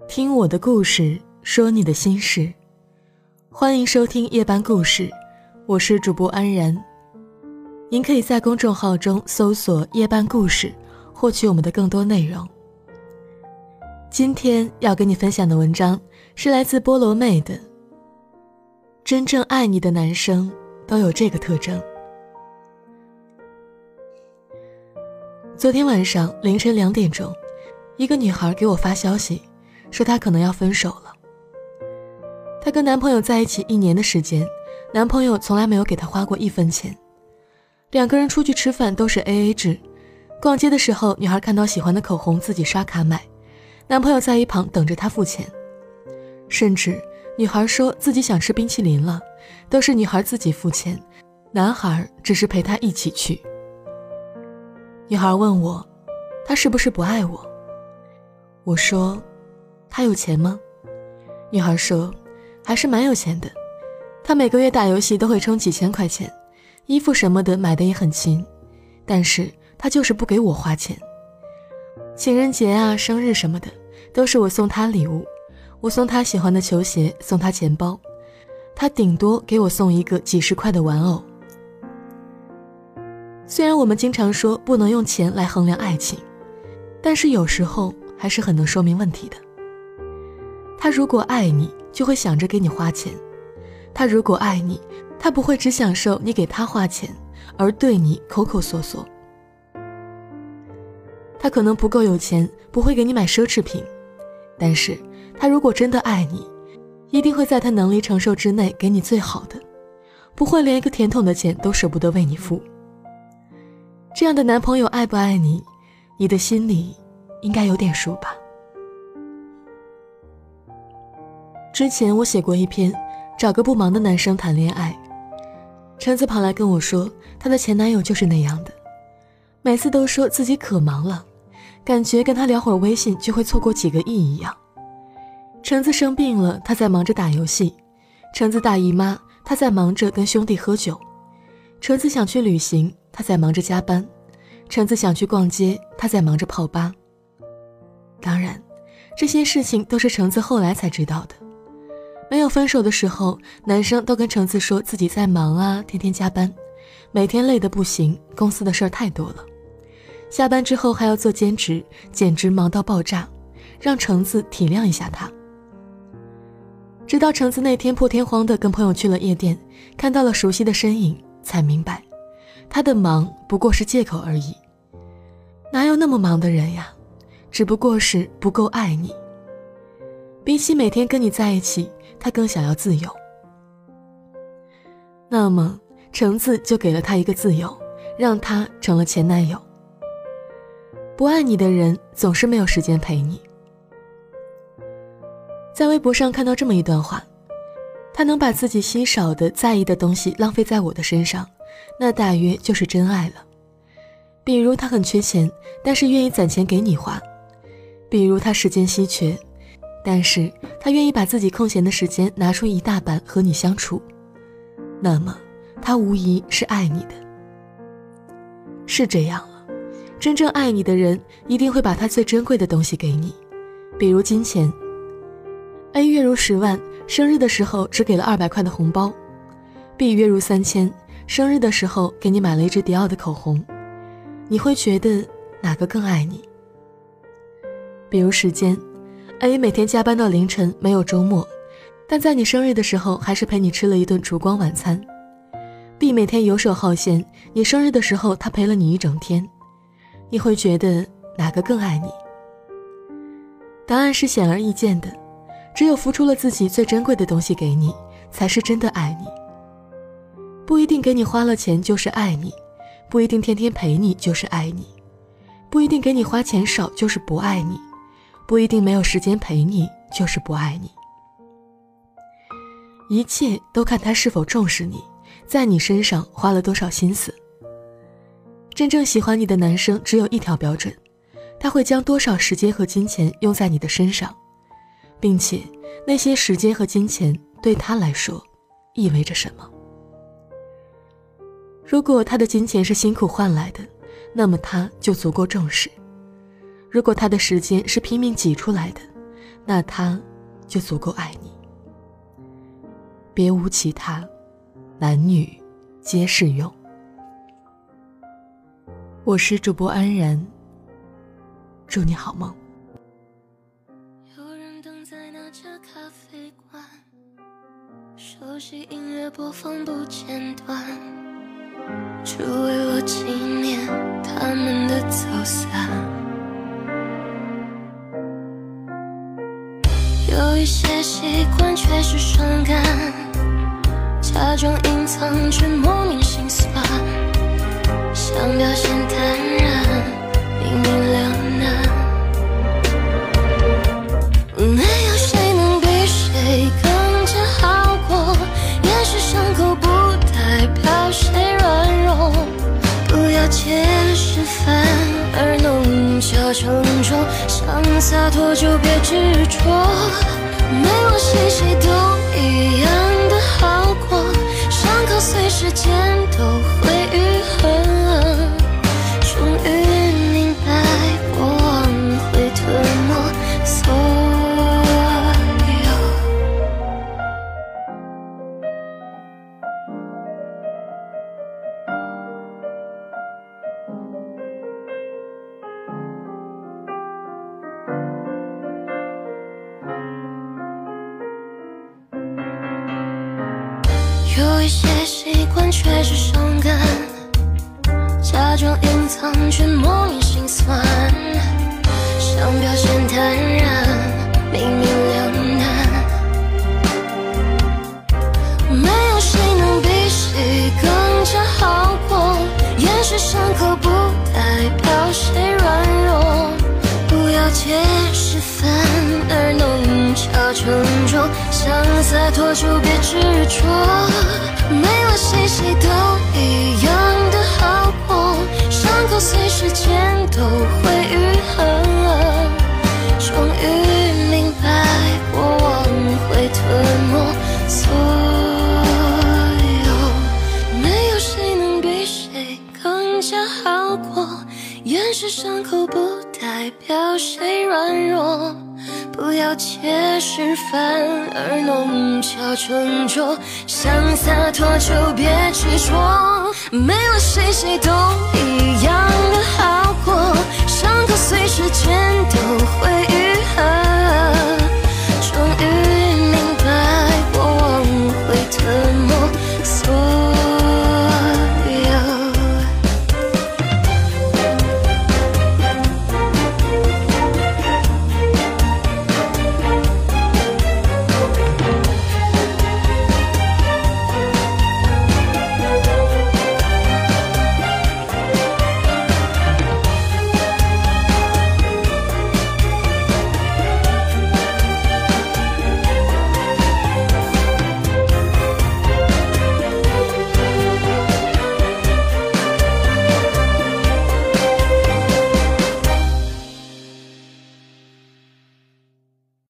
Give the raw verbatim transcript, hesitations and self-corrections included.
听我的故事，说你的心事。欢迎收听夜班故事，我是主播安然。您可以在公众号中搜索夜班故事，获取我们的更多内容。今天要跟你分享的文章是来自菠萝妹的。真正爱你的男生都有这个特征。昨天晚上凌晨两点钟，一个女孩给我发消息，说她可能要分手了。她跟男朋友在一起一年的时间，男朋友从来没有给她花过一分钱。两个人出去吃饭都是 A A 制，逛街的时候，女孩看到喜欢的口红自己刷卡买，男朋友在一旁等着她付钱。甚至女孩说自己想吃冰淇淋了，都是女孩自己付钱，男孩只是陪她一起去。女孩问我，他是不是不爱我？我说，他有钱吗？女孩说，还是蛮有钱的。他每个月打游戏都会充几千块钱，衣服什么的买的也很勤，但是他就是不给我花钱。情人节啊，生日什么的，都是我送他礼物，我送他喜欢的球鞋，送他钱包，他顶多给我送一个几十块的玩偶。虽然我们经常说不能用钱来衡量爱情，但是有时候还是很能说明问题的。他如果爱你，就会想着给你花钱；他如果爱你，他不会只享受你给他花钱，而对你口口索索。他可能不够有钱，不会给你买奢侈品，但是他如果真的爱你，一定会在他能力承受之内给你最好的，不会连一个甜筒的钱都舍不得为你付。这样的男朋友爱不爱你，你的心里应该有点数吧。之前我写过一篇找个不忙的男生谈恋爱，橙子跑来跟我说，她的前男友就是那样的，每次都说自己可忙了，感觉跟他聊会儿微信就会错过几个亿一样。橙子生病了，他在忙着打游戏；橙子大姨妈，他在忙着跟兄弟喝酒；橙子想去旅行，他在忙着加班；橙子想去逛街，他在忙着泡吧。当然，这些事情都是橙子后来才知道的。没有分手的时候，男生都跟橙子说自己在忙啊，天天加班，每天累得不行，公司的事儿太多了。下班之后还要做兼职，简直忙到爆炸，让橙子体谅一下他。直到橙子那天破天荒地跟朋友去了夜店，看到了熟悉的身影，才明白他的忙不过是借口而已。哪有那么忙的人呀，只不过是不够爱你。比起每天跟你在一起，他更想要自由。那么橙子就给了他一个自由，让他成了前男友。不爱你的人总是没有时间陪你。在微博上看到这么一段话，他能把自己稀少的在意的东西浪费在我的身上，那大约就是真爱了。比如他很缺钱，但是愿意攒钱给你花；比如他时间稀缺，但是他愿意把自己空闲的时间拿出一大半和你相处。那么他无疑是爱你的。是这样了，真正爱你的人一定会把他最珍贵的东西给你，比如金钱。A 月入十万，生日的时候只给了二百块的红包； B 月入三千，生日的时候给你买了一支迪奥的口红。你会觉得哪个更爱你？比如时间， A 每天加班到凌晨，没有周末，但在你生日的时候还是陪你吃了一顿烛光晚餐。 B 每天游手好闲，你生日的时候他陪了你一整天。你会觉得哪个更爱你？答案是显而易见的，只有付出了自己最珍贵的东西给你，才是真的爱你。不一定给你花了钱就是爱你，不一定天天陪你就是爱你，不一定给你花钱少就是不爱你，不一定没有时间陪你就是不爱你。一切都看他是否重视你，在你身上花了多少心思。真正喜欢你的男生只有一条标准，他会将多少时间和金钱用在你的身上，并且那些时间和金钱对他来说意味着什么。如果他的金钱是辛苦换来的，那么他就足够重视；如果他的时间是拼命挤出来的， 那他就足够爱你。别无其他，男女皆适用。我是主播安然，祝你好梦。 有人等在那家咖啡馆，熟悉音乐播放不间断，只为我纪念他们的走散。有一些习惯却是伤感，假装隐藏却莫名心酸，想表现坦然，明明两难。没有谁能比谁更加好过，掩饰伤口不代表谁软弱，不要解释反而弄巧成拙，想洒脱就别执着，没我谁谁都一样的好过，伤口随时间都会愈合，终于明白过往会吞没所有。有一些习惯却是伤感，假装隐藏却莫名心酸，想表现坦然，明明两难。没有谁能比谁更加好过，掩饰伤口不代表谁软弱，不要解释反而弄巧成拙，想洒脱就别执着，没我谁谁都一样的好过，伤口随时间都会愈合，终于明白过往会吞没所有，没有谁能比谁更加好过，掩饰伤口不代表谁软弱，不要解释反而弄巧成拙，想洒脱就别执着，没我谁谁都一样的好过，